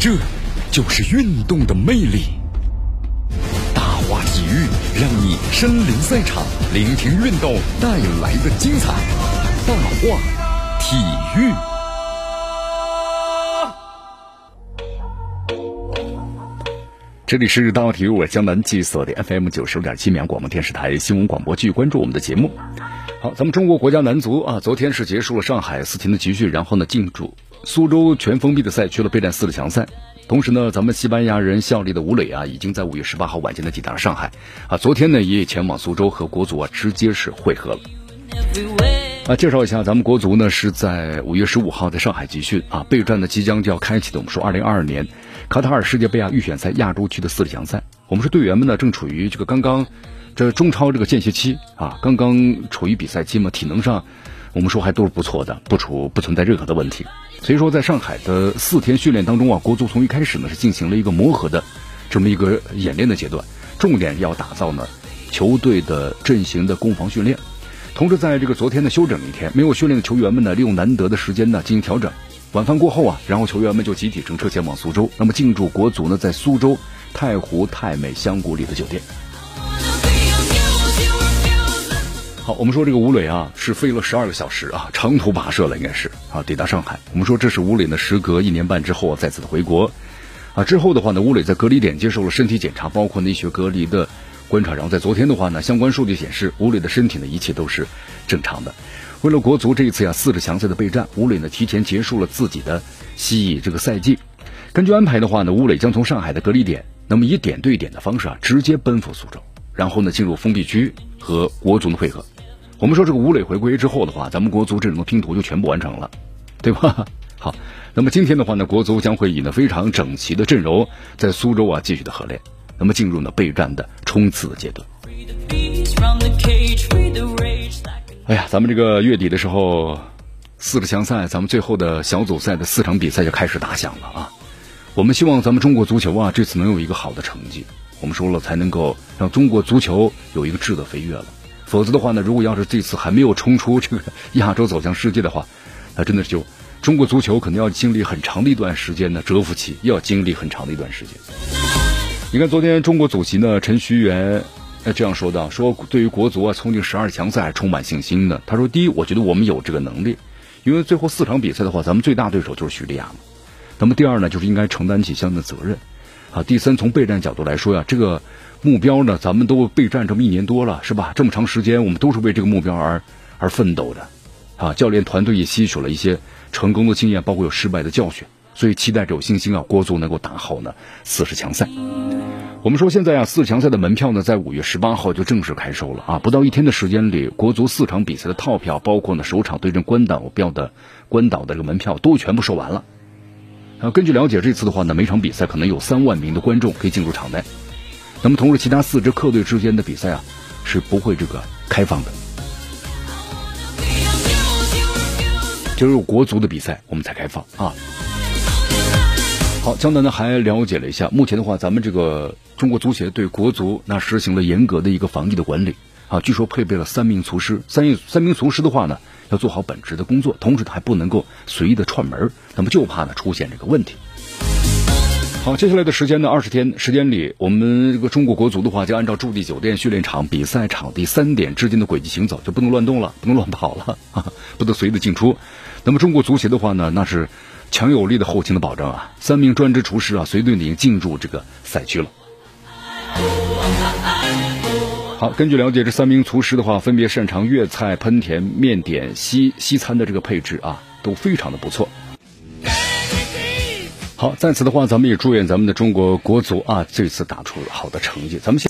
这就是运动的魅力。大话体育让你身临赛场，聆听运动带来的精彩。大话体育。这里是大话体育，我江南记锁的 FM95.7绵阳广播电视台新闻广播，继续关注我们的节目。好，咱们中国国家男足昨天是结束了上海4天的集训，然后呢进驻苏州全封闭的赛区了，备战4强赛。同时呢，咱们西班牙人效力的吴磊已经在5月18号晚间的抵达了上海昨天呢也前往苏州和国足直接是会合了。介绍一下，咱们国足呢是在5月15号在上海集训备战呢即将就要开启的我们说2022年卡塔尔世界杯预选赛亚洲区的4强赛。我们说队员们呢正处于这个刚刚这中超这个间歇期刚刚处于比赛期嘛，体能上我们说还都是不错的，不存在任何的问题。所以说在上海的4天训练当中国足从一开始呢是进行了一个磨合的这么一个演练的阶段，重点要打造呢球队的阵型的攻防训练。同时在这个昨天的休整一天，没有训练的球员们呢利用难得的时间呢进行调整。晚饭过后然后球员们就集体乘车前往苏州，那么进驻国足呢在苏州太湖太美香谷里的酒店。好，我们说这个吴磊是飞了12个小时长途跋涉了，应该是抵达上海。我们说这是吴磊呢时隔1年半之后再次的回国之后的话呢，吴磊在隔离点接受了身体检查，包括医学隔离的观察。然后在昨天的话呢，相关数据显示吴磊的身体呢一切都是正常的。为了国足这一次4强赛的备战，吴磊呢提前结束了自己的西乙这个赛季。根据安排的话呢，吴磊将从上海的隔离点，那么以点对点的方式直接奔赴苏州，然后呢进入封闭区和国足的会合。我们说这个吴磊回归之后的话，咱们国足阵容的拼图就全部完成了，对吧？好，那么今天的话呢，国足将会以非常整齐的阵容在苏州继续的合练，那么进入备战的冲刺的阶段。咱们这个月底的时候4强赛，咱们最后的小组赛的4场比赛就开始打响了我们希望咱们中国足球这次能有一个好的成绩，我们说了才能够让中国足球有一个质的飞跃了。否则的话呢，如果要是这次还没有冲出这个亚洲走向世界的话，那真的是中国足球可能要经历很长的一段时间的蛰伏期，要经历很长的一段时间。你看昨天中国主席呢陈戌源这样说的，说对于国足冲进12强赛充满信心的。他说第一，我觉得我们有这个能力，因为最后4场比赛的话，咱们最大对手就是叙利亚嘛。那么第二呢，就是应该承担起相应的责任第三，从备战角度来说这个目标呢，咱们都备战这么1年多了，是吧？这么长时间我们都是为这个目标而奋斗的教练团队也吸取了一些成功的经验，包括有失败的教训，所以期待着有信心国足能够打好呢40强赛。我们说现在4强赛的门票呢在5月18号就正式开售了不到1天的时间里，国足4场比赛的套票，包括呢首场对阵关岛的这个门票都全部售完了根据了解，这次的话呢，每场比赛可能有3万名的观众可以进入场内。那么同时其他4支客队之间的比赛是不会这个开放的，只有国足的比赛我们才开放好，江南呢还了解了一下，目前的话咱们这个中国足协对国足那实行了严格的一个防疫的管理据说配备了3名厨师，三名厨师的话呢要做好本职的工作，同时还不能够随意的串门，那么就怕呢出现这个问题。好，接下来的时间呢20天时间里，我们这个中国国足的话，就按照驻地酒店、训练场、比赛场地3点之间的轨迹行走，就不能乱动了，不能乱跑了不能随意的进出。那么中国足协的话呢，那是强有力的后勤的保证3名专职厨师随队已经进入这个赛区了。好，根据了解，这3名厨师的话分别擅长粤菜、烹甜、面点、西餐的这个配置都非常的不错。好，在此的话咱们也祝愿咱们的中国国足这次打出好的成绩。咱们